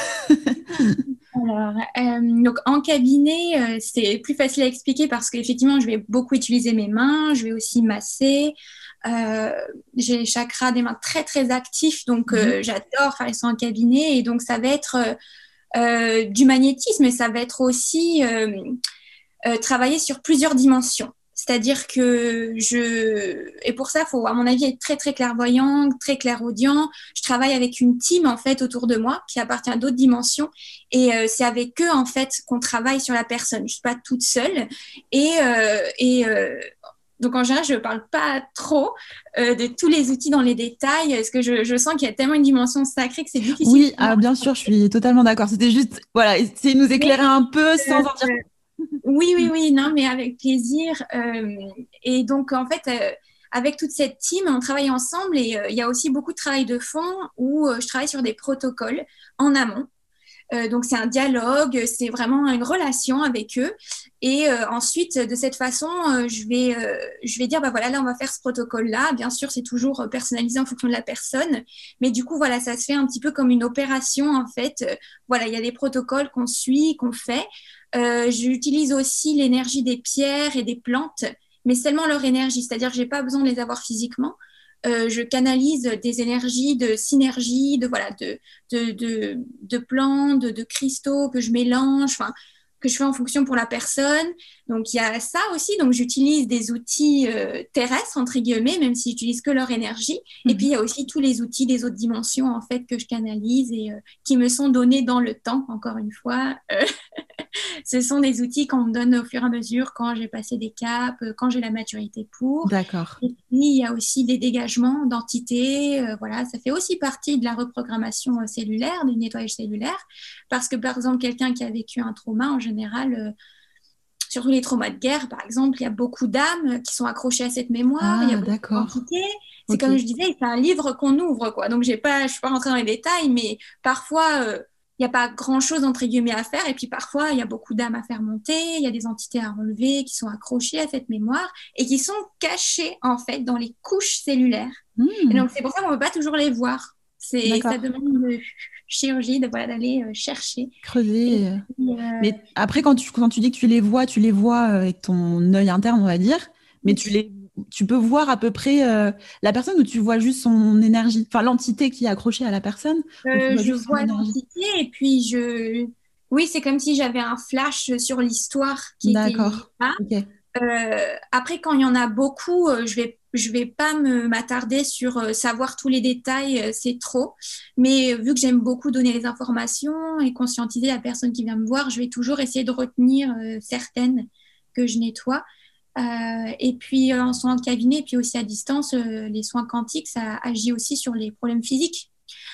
B: Alors, euh, donc en cabinet, euh, c'est plus facile à expliquer parce qu'effectivement, je vais beaucoup utiliser mes mains, je vais aussi masser. Euh, j'ai les chakras des mains très très actifs, donc
A: Mhm.
B: euh, j'adore faire les soins en cabinet. Et donc, ça va être euh, euh, du magnétisme, et ça va être aussi euh, euh, travailler sur plusieurs dimensions. C'est-à-dire que je... Et pour ça, il faut, à mon avis, être très, très clairvoyant, très clairaudient. Je travaille avec une team, en fait, autour de moi, qui appartient à d'autres dimensions. Et euh, c'est avec eux, en fait, qu'on travaille sur la personne. Je ne suis pas toute seule. Et, euh, et euh, donc, en général, je ne parle pas trop euh, de tous les outils dans les détails, parce que je, je sens qu'il y a tellement une dimension sacrée que c'est difficile
A: Oui,
B: pour
A: ah,
B: moi.
A: bien sûr, je suis totalement d'accord. C'était juste, voilà, essayer de nous
B: Mais,
A: éclairer un peu sans en dire.
B: euh, Oui, oui, oui, non, mais avec plaisir. Euh, et donc, en fait, euh, avec toute cette team, on travaille ensemble et euh, il y a aussi beaucoup de travail de fond où euh, je travaille sur des protocoles en amont. Euh, donc, c'est un dialogue, c'est vraiment une relation avec eux. Et euh, ensuite, de cette façon, euh, je vais, euh, je vais dire, bah voilà, là, on va faire ce protocole-là. Bien sûr, c'est toujours euh, personnalisé en fonction de la personne. Mais du coup, voilà, ça se fait un petit peu comme une opération, en fait. Euh, voilà, il y a des protocoles qu'on suit, qu'on fait. Euh, j'utilise aussi l'énergie des pierres et des plantes, mais seulement leur énergie. C'est-à-dire que j'ai pas besoin de les avoir physiquement. Euh, je canalise des énergies de synergie, de voilà, de de, de, de plans, de, de cristaux que je mélange, enfin, que je fais en fonction pour la personne. Donc, il y a ça aussi. Donc, j'utilise des outils euh, terrestres, entre guillemets, même si j'utilise que leur énergie. Et puis,
A: Mhm.
B: il y a aussi tous les outils des autres dimensions, en fait, que je canalise et euh, qui me sont donnés dans le temps, encore une fois. Euh, ce sont des outils qu'on me donne au fur et à mesure quand j'ai passé des caps, euh, quand j'ai la maturité pour.
A: D'accord.
B: Et puis, il y a aussi des dégagements d'entités. Euh, voilà, ça fait aussi partie de la reprogrammation euh, cellulaire, du nettoyage cellulaire. Parce que, par exemple, quelqu'un qui a vécu un trauma, en général, euh, surtout les traumas de guerre, par exemple, il y a beaucoup d'âmes qui sont accrochées à cette mémoire. Il y a
A: Ah,
B: beaucoup
A: d'accord.
B: d'entités. C'est
A: Ok.
B: comme je disais, c'est un livre qu'on ouvre, quoi. Donc, j'ai pas, je suis pas rentrée dans les détails, mais parfois, euh, il n'y a pas grand-chose, entre guillemets, à faire. Et puis, parfois, il y a beaucoup d'âmes à faire monter. Il y a des entités à relever qui sont accrochées à cette mémoire et qui sont cachées, en fait, dans les couches cellulaires. Et
A: Hmm,
B: donc, c'est pour ça qu'on ne peut pas toujours les voir. C'est, ça
A: d'accord.
B: demande une chirurgie de, voilà, d'aller euh, chercher. Et
A: Creuser. euh.
B: puis, euh,
A: Mais après, quand tu, quand tu dis que tu les vois, tu les vois euh, avec ton œil interne, on va dire, mais tu les, tu peux voir à peu près euh, la personne ou tu vois juste son énergie, enfin l'entité qui est accrochée à la personne, ou tu
B: Euh,
A: vois
B: je
A: juste son
B: vois
A: énergie.
B: l'entité et puis je... Oui, c'est comme si j'avais un flash sur l'histoire qui était liée
A: D'accord.
B: là.
A: Ok.
B: Euh, après, quand il y en a beaucoup, euh, je vais, je vais pas me m'attarder sur euh, savoir tous les détails, euh, c'est trop. Mais euh, vu que j'aime beaucoup donner les informations et conscientiser la personne qui vient me voir, je vais toujours essayer de retenir euh, certaines que je nettoie. Euh, et puis euh, en soins de cabinet, et puis aussi à distance, euh, les soins quantiques, ça agit aussi sur les problèmes physiques.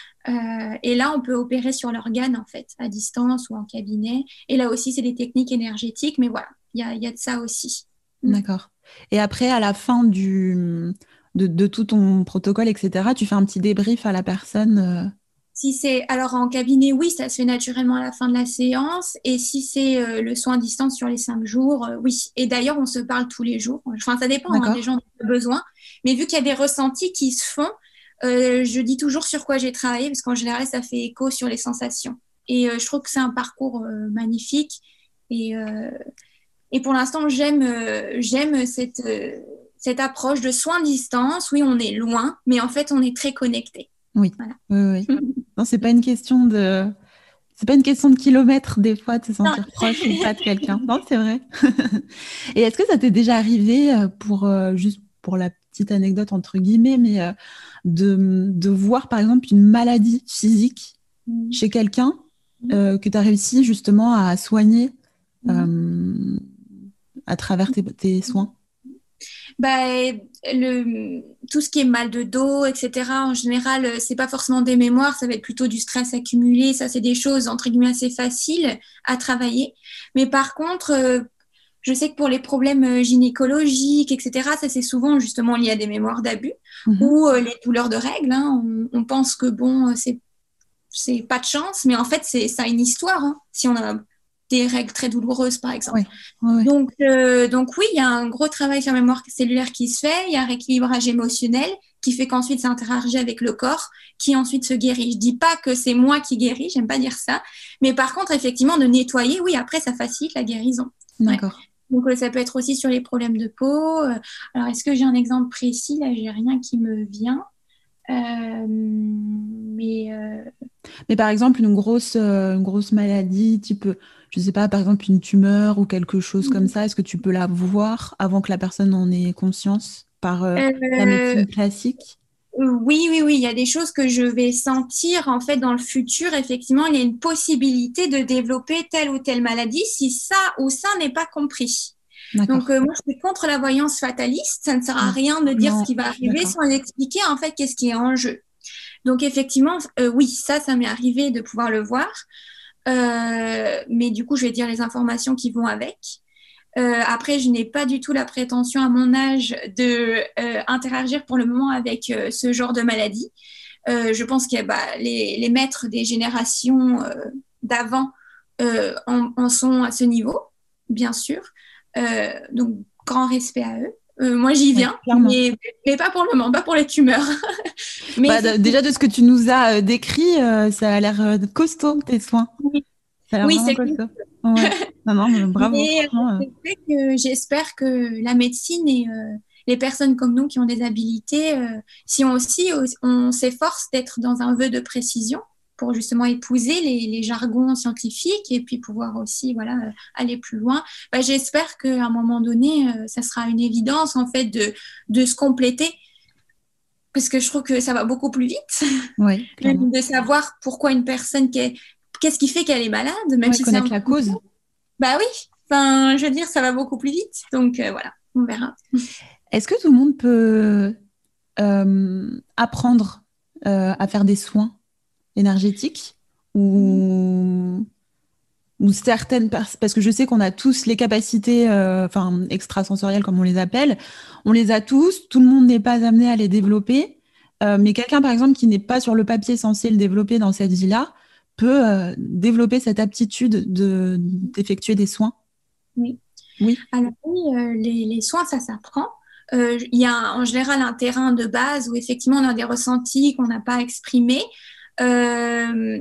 B: Euh, et là, on peut opérer sur l'organe, en fait, à distance ou en cabinet. Et là aussi, c'est des techniques énergétiques, mais voilà, il y a, y a de ça aussi. Mm.
A: D'accord. Et après, à la fin du, de, de tout ton protocole, et cetera, tu fais un petit débrief à la personne. euh,
B: Si c'est alors en cabinet, oui, ça se fait naturellement à la fin de la séance. Et si c'est euh, le soin à distance sur les cinq jours, euh, oui. Et d'ailleurs, on se parle tous les jours. Enfin, ça dépend, hein, des
A: D'accord.
B: gens ont besoin. Mais vu qu'il y a des ressentis qui se font, euh, je dis toujours sur quoi j'ai travaillé, parce qu'en général, ça fait écho sur les sensations. Et euh, je trouve que c'est un parcours euh, magnifique. Et, euh, et pour l'instant, j'aime euh, j'aime cette, euh, cette approche de soins à distance. Oui, on est loin, mais en fait, on est très connecté.
A: Oui.
B: Voilà.
A: Oui, oui. Non, c'est pas une question de, c'est pas une question de kilomètres des fois de se
B: Non.
A: sentir proche ou pas de quelqu'un. Non, c'est vrai. Et est-ce que ça t'est déjà arrivé euh, pour euh, juste pour la petite anecdote entre guillemets, mais euh, de, de voir par exemple une maladie physique
B: Mhm.
A: chez quelqu'un euh, que tu as réussi justement à soigner
B: Mhm.
A: euh, à travers tes, tes soins?
B: Bah, le, tout ce qui est mal de dos, et cetera, en général, euh, c'est pas forcément des mémoires, ça va être plutôt du stress accumulé. Ça, c'est des choses, entre guillemets, assez faciles à travailler. Mais par contre, euh, je sais que pour les problèmes euh, gynécologiques, et cetera, ça, c'est souvent justement lié à des mémoires d'abus
A: Mhm.
B: ou euh, les douleurs de règles. Hein. On, on pense que, bon, c'est c'est pas de chance, mais en fait, c'est ça a une histoire. Hein, si on a des règles très douloureuses, par exemple.
A: Oui, oui, oui.
B: Donc, euh, donc oui, il y a un gros travail sur la mémoire cellulaire qui se fait, il y a un rééquilibrage émotionnel qui fait qu'ensuite ça interagit avec le corps, qui ensuite se guérit. Je dis pas que c'est moi qui guéris, j'aime pas dire ça, mais par contre, effectivement, de nettoyer, oui, après, ça facilite la guérison.
A: D'accord.
B: Ouais. Donc, euh, ça peut être aussi sur les problèmes de peau. Euh, alors, est-ce que j'ai un exemple précis? Là, j'ai rien qui me vient. Euh, mais, euh...
A: mais par exemple, une grosse, euh, une grosse maladie, type, je sais pas, par exemple, une tumeur ou quelque chose comme ça, est-ce que tu peux la voir avant que la personne en ait conscience par euh, la
B: Euh,
A: médecine classique?
B: oui, oui, oui, il y a des choses que je vais sentir en fait dans le futur. Effectivement, il y a une possibilité de développer telle ou telle maladie si ça ou ça n'est pas compris.
A: D'accord.
B: Donc, euh, moi, je suis contre la voyance fataliste. Ça ne sert à
A: Ouais.
B: rien de dire
A: Non,
B: ce qui va arriver
A: d'accord.
B: sans expliquer en fait qu'est-ce qui est en jeu. Donc, effectivement, euh, oui, ça, ça m'est arrivé de pouvoir le voir. Euh, mais du coup, je vais dire les informations qui vont avec. Euh, après, je n'ai pas du tout la prétention à mon âge de euh, interagir pour le moment avec euh, ce genre de maladie. Euh, je pense que bah, les, les maîtres des générations euh, d'avant euh, en, en sont à ce niveau, bien sûr. Euh, donc, grand respect à eux. Euh, moi, j'y
A: Ouais,
B: viens,
A: clairement.
B: mais, mais pas pour le moment, pas pour les tumeurs. Mais
A: Bah, de- déjà, de ce que tu nous as euh, décrit, euh, ça a l'air euh, costaud, tes soins.
B: oui,
A: Ça a l'air
B: oui,
A: vraiment
B: c'est
A: costaud. Ouais. Non, non, mais bravo,
B: mais euh,
A: franchement. euh.
B: c'est vrai que j'espère que la médecine et euh, les personnes comme nous qui ont des habilités, euh, si on aussi on s'efforce d'être dans un vœu de précision pour justement épouser les, les jargons scientifiques et puis pouvoir aussi voilà euh, aller plus loin, bah, j'espère qu'à un moment donné, euh, ça sera une évidence en fait de, de se compléter parce que je trouve que ça va beaucoup plus vite
A: Ouais, clairement.
B: de savoir pourquoi une personne qui est- qu'est-ce qui fait qu'elle est malade, même
A: Ouais,
B: si c'est un
A: connaître la cause.
B: bah oui, enfin, je veux dire, ça va beaucoup plus vite. Donc euh, voilà, on verra.
A: Est-ce que tout le monde peut euh, apprendre euh, à faire des soins énergétiques ou, ou certaines personnes, parce que je sais qu'on a tous les capacités euh, enfin, extrasensorielles, comme on les appelle, on les a tous, tout le monde n'est pas amené à les développer. Euh, mais quelqu'un, par exemple, qui n'est pas sur le papier censé le développer dans cette vie-là, peut euh, développer cette aptitude de, d'effectuer des soins.
B: Oui.
A: Oui,
B: Alors oui, euh, les, les soins, ça s'apprend. Euh, Il y a en général un terrain de base où effectivement on a des ressentis qu'on n'a pas exprimés. Euh,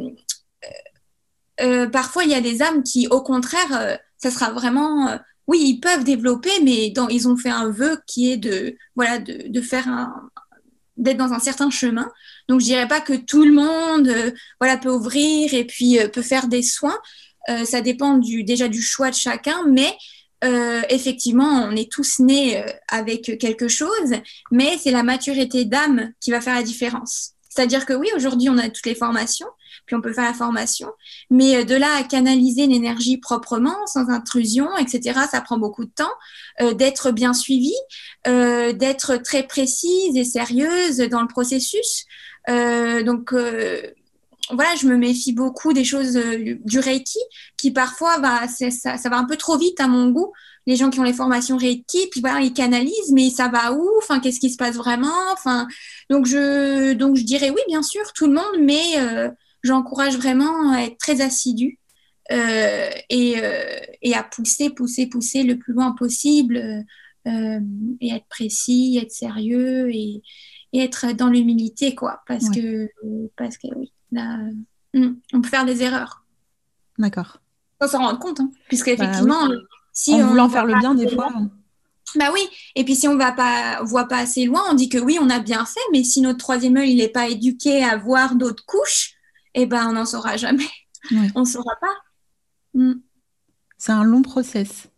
B: euh, Parfois, il y a des âmes qui, au contraire, euh, ça sera vraiment, euh, oui, ils peuvent développer, mais dans, ils ont fait un vœu qui est de, voilà, de, de faire un, d'être dans un certain chemin. Donc, je dirais pas que tout le monde, euh, voilà, peut ouvrir et puis euh, peut faire des soins. Euh, ça dépend du, déjà du choix de chacun, mais euh, effectivement, on est tous nés euh, avec quelque chose, mais c'est la maturité d'âme qui va faire la différence. C'est-à-dire que oui, aujourd'hui, on a toutes les formations, puis on peut faire la formation, mais euh, de là à canaliser l'énergie proprement, sans intrusion, et cetera, ça prend beaucoup de temps, euh, d'être bien suivi, euh, d'être très précise et sérieuse dans le processus. Euh, donc, euh, voilà, je me méfie beaucoup des choses euh, du Reiki, qui parfois, bah, ça, ça va un peu trop vite à mon goût. Les gens qui ont les formations Reiki, puis voilà, ils canalisent, mais ça va où? Enfin, qu'est-ce qui se passe vraiment? Enfin, donc je, donc je dirais oui, bien sûr, tout le monde, mais euh, j'encourage vraiment à être très assidu euh, et, euh, et à pousser, pousser, pousser le plus loin possible euh, et être précis, être sérieux et, et être dans l'humilité, quoi. Parce
A: ouais,
B: que, parce que oui, là, euh, on peut faire des erreurs
A: d'accord.
B: sans s'en rendre compte, hein,
A: Bah oui.
B: puisqu'effectivement, euh,
A: En
B: si on
A: voulant
B: voit
A: faire le
B: pas
A: bien, des
B: assez loin,
A: fois. on-
B: bah oui, et puis si on va pas, voit pas assez loin, on dit que oui, on a bien fait, mais si notre troisième œil, il n'est pas éduqué à voir d'autres couches, eh ben, on n'en saura jamais.
A: Ouais.
B: On ne saura pas. Mm.
A: C'est un long process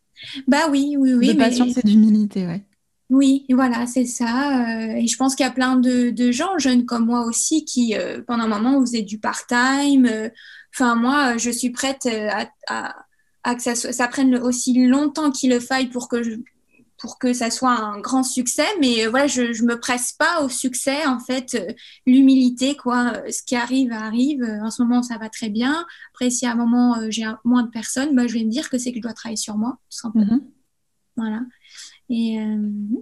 B: Bah oui, oui,
A: de
B: oui, mais
A: patience et d'humilité, ouais.
B: oui, voilà, c'est ça. Euh, et je pense qu'il y a plein de, de gens jeunes comme moi aussi qui, euh, pendant un moment, faisaient du part-time. Euh, Enfin, moi, euh, je suis prête euh, à, à, à que ça, soit- ça prenne le- aussi longtemps qu'il le faille pour que je, pour que ça soit un grand succès. Mais euh, voilà, je, je me presse pas au succès. En fait, Euh, l'humilité, quoi. Euh, Ce qui arrive, arrive. Euh, En ce moment, ça va très bien. Après, si à un moment, euh, j'ai un- moins de personnes, bah, je vais me dire que c'est que je dois travailler sur moi, tout simplement.
A: Mhm.
B: Voilà. Et euh,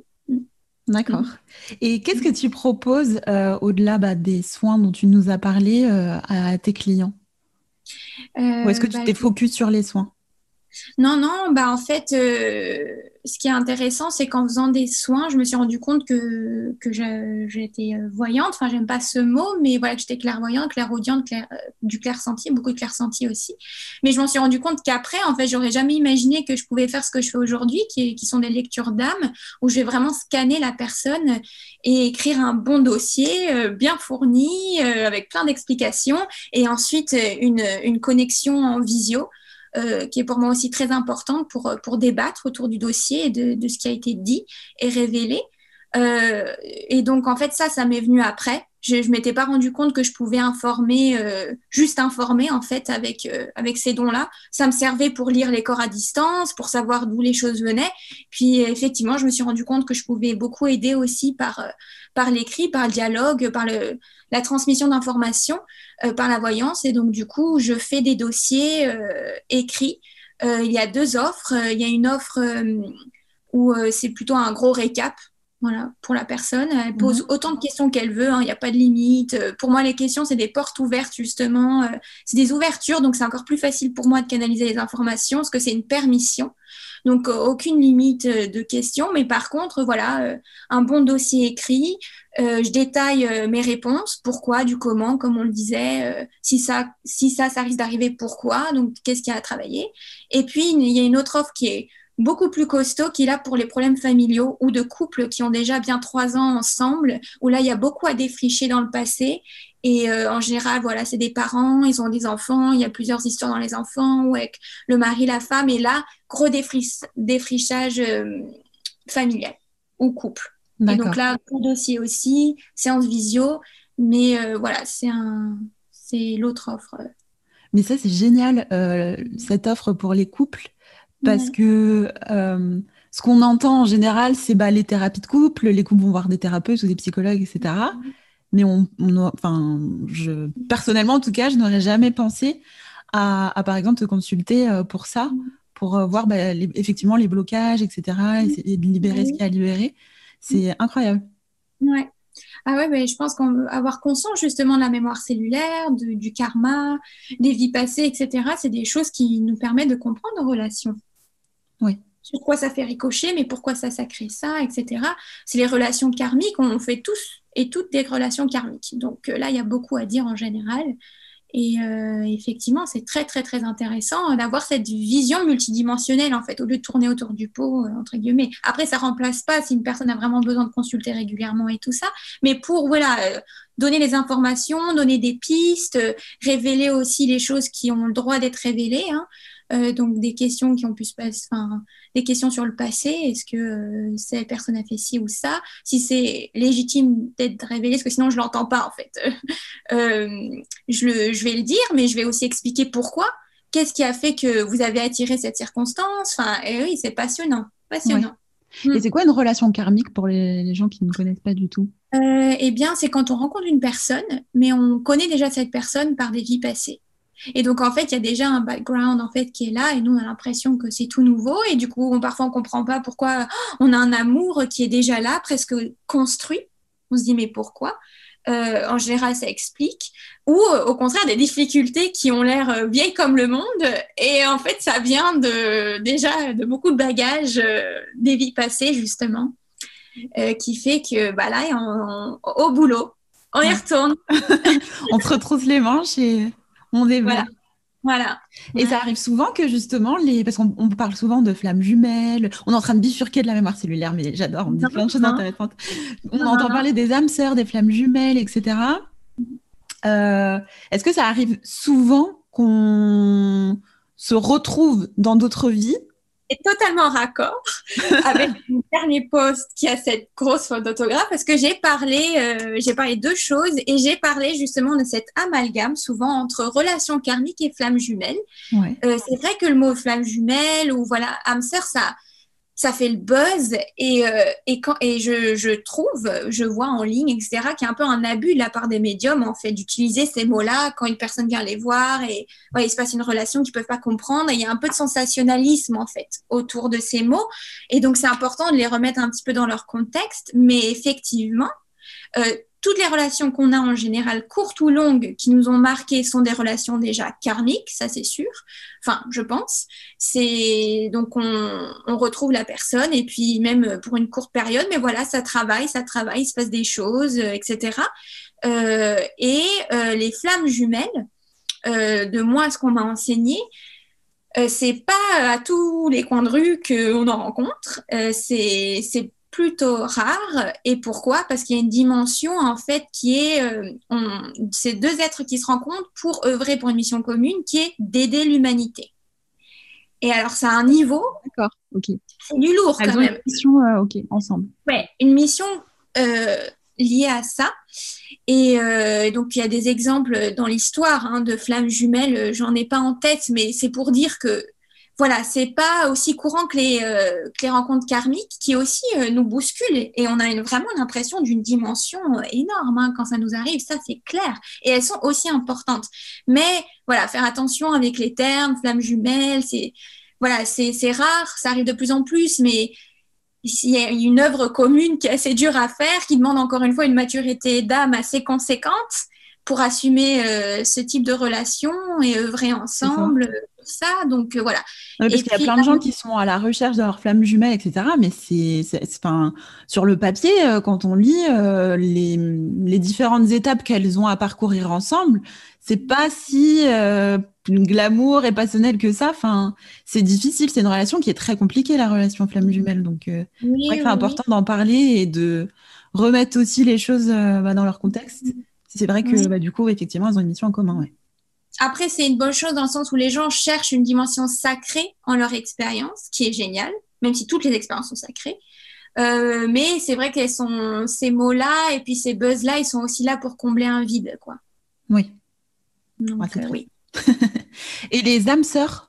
A: D'accord. Et qu'est-ce que tu proposes euh, au-delà bah, des soins dont tu nous as parlé euh, à tes clients? Ou est-ce que
B: Euh,
A: tu
B: bah,
A: t'es focus sur les soins?
B: Non, non, bah en fait, euh, ce qui est intéressant, c'est qu'en faisant des soins, je me suis rendu compte que, que j'ai- j'étais euh, voyante. Enfin, j'aime pas ce mot, mais voilà, que j'étais clairvoyante, clairaudiente, clair, euh, du clair-senti, beaucoup de clair-senti aussi. Mais je m'en suis rendu compte qu'après, en fait, j'aurais jamais imaginé que je pouvais faire ce que je fais aujourd'hui, qui, qui sont des lectures d'âme, où je vais vraiment scanner la personne et écrire un bon dossier euh, bien fourni, euh, avec plein d'explications, et ensuite euh, une, une connexion en visio euh, qui est pour moi aussi très importante pour, pour débattre autour du dossier et de, de ce qui a été dit et révélé. Euh, et donc, en fait, ça, ça m'est venu après. Je ne m'étais pas rendu compte que je pouvais informer, euh, juste informer, en fait, avec, euh, avec ces dons-là. Ça me servait pour lire les corps à distance, pour savoir d'où les choses venaient. Puis, effectivement, je me suis rendu compte que je pouvais beaucoup aider aussi par, euh, par l'écrit, par le dialogue, par le, la transmission d'informations, euh, par la voyance. Et donc, du coup, je fais des dossiers euh, écrits. Euh, il y a deux offres. Il y a une offre euh, où euh, c'est plutôt un gros récap. Voilà, pour la personne. Elle pose
A: Mhm.
B: autant de questions qu'elle veut, hein, il n'y a pas de limite. Euh, Pour moi, les questions, c'est des portes ouvertes, justement. Euh, c'est des ouvertures, donc c'est encore plus facile pour moi de canaliser les informations, parce que c'est une permission. Donc, euh, aucune limite euh, de questions. Mais par contre, voilà, euh, un bon dossier écrit. Euh, je détaille euh, mes réponses, pourquoi, du comment, comme on le disait. Euh, si ça, si ça, ça risque d'arriver, pourquoi. Donc, qu'est-ce qu'il y a à travailler. Et puis, il y a une autre offre qui est beaucoup plus costaud, qui est là pour les problèmes familiaux ou de couples qui ont déjà bien trois ans ensemble, où là, il y a beaucoup à défricher dans le passé. Et euh, en général, voilà, c'est des parents, ils ont des enfants, il y a plusieurs histoires dans les enfants, ou avec le mari, la femme, et là, gros défri- défrichage euh, familial ou couple. Et donc
A: D'accord.
B: là, pour dossier aussi, séance visio, mais euh, voilà, c'est un, c'est l'autre offre.
A: Mais ça, c'est génial, euh, cette offre pour les couples, parce
B: Ouais.
A: que euh, ce qu'on entend en général, c'est bah, les thérapies de couple, les couples vont voir des thérapeutes ou des psychologues, et cetera. Mais on, on a- enfin, je, personnellement, en tout cas, je n'aurais jamais pensé à, à, par exemple, te consulter euh, pour ça, pour euh, voir bah, les- effectivement les blocages, et cetera, essayer de libérer ce qu'il y a à libérer. C'est incroyable.
B: Ouais. Ah ouais, ben, je pense qu'on veut avoir conscience justement de la mémoire cellulaire, de- du karma, des vies passées, et cetera. C'est des choses qui nous permettent de comprendre nos relations.
A: Oui.
B: Sur quoi ça fait ricocher, mais pourquoi ça, ça crée ça, et cetera. C'est les relations karmiques, on fait tous et toutes des relations karmiques. Donc euh, là, il y a beaucoup à dire en général. Et euh, effectivement, c'est très, très, très intéressant d'avoir cette vision multidimensionnelle, en fait, au lieu de tourner autour du pot, euh, entre guillemets. Après, ça remplace pas si une personne a vraiment besoin de consulter régulièrement et tout ça. Mais pour, voilà, euh, donner les informations, donner des pistes, euh, révéler aussi les choses qui ont le droit d'être révélées, hein. Euh, donc, des questions qui ont pu se passer, enfin, des questions sur le passé. Est-ce que euh, cette personne a fait ci ou ça? Si c'est légitime d'être révélé, parce que sinon, je l'entends pas, en fait. Euh, je, le, je vais le dire, mais je vais aussi expliquer pourquoi. Qu'est-ce qui a fait que vous avez attiré cette circonstance? Enfin, et oui, c'est passionnant,
A: Ouais.
B: passionnant. Mm.
A: Et c'est quoi une relation karmique pour les, les gens qui ne connaissent pas du tout?
B: Euh, eh bien, c'est quand on rencontre une personne, mais on connaît déjà cette personne par des vies passées. Et donc, en fait, il y a déjà un background en fait qui est là, et nous, on a l'impression que c'est tout nouveau, et du coup, on, parfois, on comprend pas pourquoi on a un amour qui est déjà là, presque construit. On se dit, mais pourquoi? Euh, en général, ça explique. Ou euh, au contraire, des difficultés qui ont l'air euh, vieilles comme le monde. Et en fait, ça vient de, déjà de beaucoup de bagages euh, des vies passées, justement, euh, qui fait que bah, là, on, on- au boulot, on y
A: Ouais.
B: retourne.
A: On se retrousse les manches et on
B: Voilà,
A: déballe.
B: voilà.
A: Et ça
B: Ouais.
A: arrive souvent que justement, les... parce qu'on on parle souvent de flammes jumelles, on est en train de bifurquer de la mémoire cellulaire, mais j'adore, on dit
B: Non,
A: plein de choses
B: non,
A: intéressantes. On
B: non, non,
A: entend
B: non.
A: parler des âmes sœurs, des flammes jumelles, et cetera. Euh, Est-ce que ça arrive souvent qu'on se retrouve dans d'autres vies?
B: C'est totalement raccord avec le dernier post qui a cette grosse faute d'autographe parce que j'ai parlé, euh, j'ai parlé de deux choses et j'ai parlé justement de cet amalgame souvent entre relations karmiques et flammes jumelles.
A: Ouais.
B: Euh, c'est vrai que le mot flamme jumelle ou voilà âme sœur, ça, ça fait le buzz et, euh, et, quand, et je, je trouve, je vois en ligne, et cetera, qu'il y a un peu un abus de la part des médiums, en fait, d'utiliser ces mots-là quand une personne vient les voir et ouais, il se passe une relation qu'ils ne peuvent pas comprendre et il y a un peu de sensationnalisme, en fait, autour de ces mots. Et donc, c'est important de les remettre un petit peu dans leur contexte, mais effectivement, euh, toutes les relations qu'on a en général, courtes ou longues, qui nous ont marquées, sont des relations déjà karmiques, ça c'est sûr. Enfin, je pense. C'est donc on, on retrouve la personne et puis même pour une courte période, mais voilà, ça travaille, ça travaille, il se passe des choses, euh, et cetera. Euh, et euh, les flammes jumelles, euh, de moi, ce qu'on m'a enseigné, euh, c'est pas à tous les coins de rue qu'on en rencontre. Euh, c'est c'est plutôt rare. Et pourquoi? Parce qu'il y a une dimension, en fait, qui est... Euh, on, c'est deux êtres qui se rencontrent pour œuvrer pour une mission commune, qui est d'aider l'humanité. Et alors, ça a un niveau...
A: D'accord, ok.
B: C'est du lourd,
A: Elles
B: quand
A: ont
B: même.
A: une mission, euh, ok, ensemble.
B: Ouais, une mission euh, liée à ça. Et euh, donc, il y a des exemples dans l'histoire hein, de flammes jumelles. J'en ai pas en tête, mais c'est pour dire que voilà, c'est pas aussi courant que les, euh, que les rencontres karmiques qui aussi euh, nous bousculent et on a une, vraiment l'impression d'une dimension euh, énorme hein, quand ça nous arrive, ça c'est clair. Et elles sont aussi importantes. Mais voilà, faire attention avec les termes, flammes jumelles, c'est voilà, c'est, c'est rare, ça arrive de plus en plus, mais il y a une œuvre commune qui est assez dure à faire, qui demande encore une fois une maturité d'âme assez conséquente pour assumer euh, ce type de relation et œuvrer ensemble, tout ça. Donc euh, voilà.
A: Oui, parce
B: et
A: qu'il
B: puis,
A: y a plein de gens qui sont à la recherche de leur flamme jumelle, et cetera. Mais c'est, c'est, c'est enfin, sur le papier, euh, quand on lit euh, les, les différentes étapes qu'elles ont à parcourir ensemble, c'est pas si euh, glamour et passionnel que ça. Enfin, c'est difficile. C'est une relation qui est très compliquée, la relation flamme jumelle. Donc, euh,
B: oui,
A: c'est vrai que c'est
B: oui,
A: important d'en parler et de remettre aussi les choses euh, bah, dans leur contexte. C'est vrai que
B: oui.
A: bah, du coup, effectivement, elles ont une mission en commun. Ouais.
B: Après, c'est une bonne chose dans le sens où les gens cherchent une dimension sacrée en leur expérience, qui est géniale, même si toutes les expériences sont sacrées. Euh, mais c'est vrai que sont, ces mots-là et puis ces buzz-là, ils sont aussi là pour combler un vide, quoi.
A: Oui.
B: Donc,
A: Ouais,
B: euh, oui.
A: Et les âmes sœurs?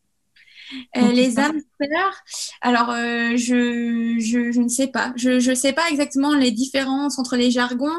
B: Euh, les âmes sœurs, alors euh, je, je, je ne sais pas. Je ne sais pas exactement les différences entre les jargons.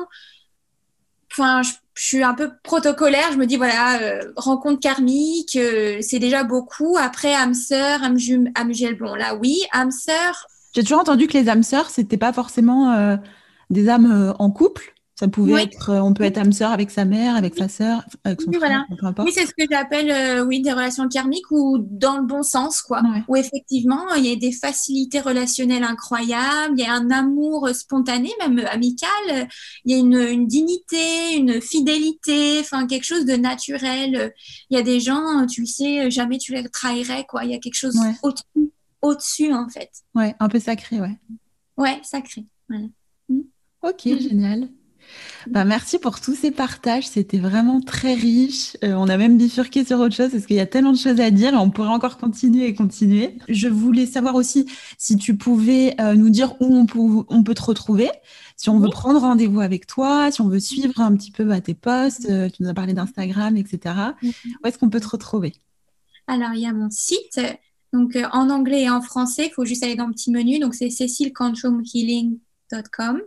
B: Enfin, je, je suis un peu protocolaire. Je me dis, voilà, euh, rencontre karmique, euh, c'est déjà beaucoup. Après, âme sœur, âme, jum- âme gemelle, bon, là, oui. Âme sœur,
A: J'ai toujours entendu que les âmes sœurs, c'était pas forcément euh, des âmes euh, en couple. Ça pouvait
B: oui.
A: être, euh, on peut être âme sœur avec sa mère, avec sa sœur, avec son
B: Oui,
A: frère,
B: voilà.
A: peu
B: Oui,
A: importe.
B: c'est ce que j'appelle euh, oui, des relations karmiques ou dans le bon sens, quoi.
A: Ouais.
B: Où effectivement, il y a des facilités relationnelles incroyables, il y a un amour spontané, même amical, il y a une, une dignité, une fidélité, enfin quelque chose de naturel. Il y a des gens, tu sais, jamais tu les trahirais, quoi. Il y a quelque chose
A: Ouais.
B: au-dessus, au-dessus, en fait.
A: Ouais, un peu sacré, ouais.
B: Ouais, sacré. Voilà.
A: Ok, génial. Bah, merci pour tous ces partages, c'était vraiment très riche. Euh, on a même bifurqué sur autre chose parce qu'il y a tellement de choses à dire et on pourrait encore continuer et continuer. Je voulais savoir aussi si tu pouvais euh, nous dire où on peut, on peut te retrouver, si on veut
B: Oui.
A: prendre rendez-vous avec toi, si on veut suivre un petit peu bah, tes posts, euh, tu nous as parlé d'Instagram, et cetera. Où est-ce qu'on peut te retrouver?
B: Alors, il y a mon site, donc euh, en anglais et en français, il faut juste aller dans le petit menu, donc c'est cecile quantum healing point com.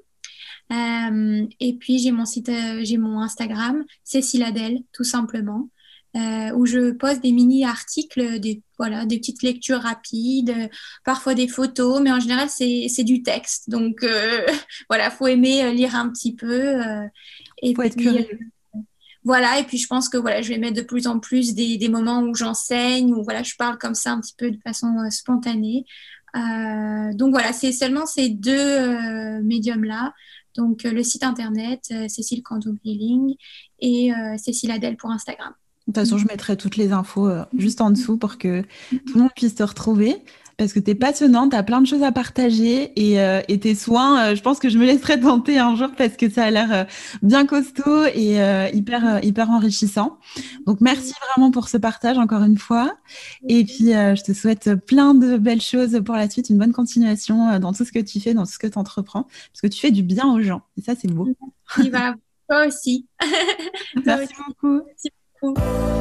B: Euh, et puis j'ai mon site, euh, j'ai mon Instagram, Cécile Adèle, tout simplement, euh, où je poste des mini-articles, des, voilà, des petites lectures rapides, euh, parfois des photos, mais en général c'est, c'est du texte. Donc euh, voilà, faut aimer euh, lire un petit peu. Euh, et
A: Faut être
B: puis euh,
A: curieux.
B: voilà, et puis je pense que voilà, je vais mettre de plus en plus des, des moments où j'enseigne, où voilà, je parle comme ça un petit peu de façon euh, spontanée. Euh, donc voilà, c'est seulement ces deux euh, médiums-là. Donc euh, le site internet, euh, Cécile Quantum Healing et euh, Cécile Adèle pour Instagram.
A: De toute façon, je mettrai toutes les infos euh, juste en dessous pour que tout le monde puisse te retrouver. Parce que tu es passionnante, tu as plein de choses à partager et, euh, et tes soins, euh, je pense que je me laisserai tenter un jour parce que ça a l'air euh, bien costaud et euh, hyper, euh, hyper enrichissant. Donc, merci vraiment pour ce partage encore une fois. Et puis, euh, je te souhaite plein de belles choses pour la suite, une bonne continuation euh, dans tout ce que tu fais, dans tout ce que tu entreprends, parce que tu fais du bien aux gens. Et ça, c'est beau.
B: Il va, toi aussi. Toi
A: Merci
B: aussi.
A: beaucoup.
B: Merci beaucoup.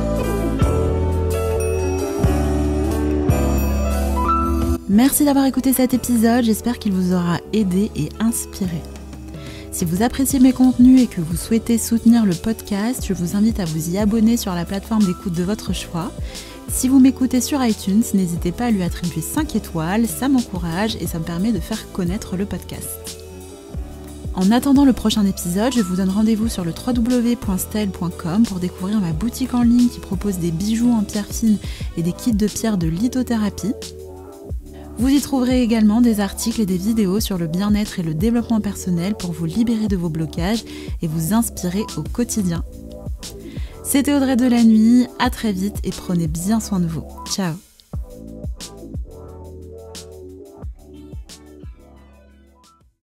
A: Merci d'avoir écouté cet épisode, j'espère qu'il vous aura aidé et inspiré. Si vous appréciez mes contenus et que vous souhaitez soutenir le podcast, je vous invite à vous y abonner sur la plateforme d'écoute de votre choix. Si vous m'écoutez sur iTunes, n'hésitez pas à lui attribuer cinq étoiles, ça m'encourage et ça me permet de faire connaître le podcast. En attendant le prochain épisode, je vous donne rendez-vous sur le w w w point style point com pour découvrir ma boutique en ligne qui propose des bijoux en pierre fine et des kits de pierre de lithothérapie. Vous y trouverez également des articles et des vidéos sur le bien-être et le développement personnel pour vous libérer de vos blocages et vous inspirer au quotidien. C'était Audrey de la Nuit, à très vite et prenez bien soin de vous. Ciao!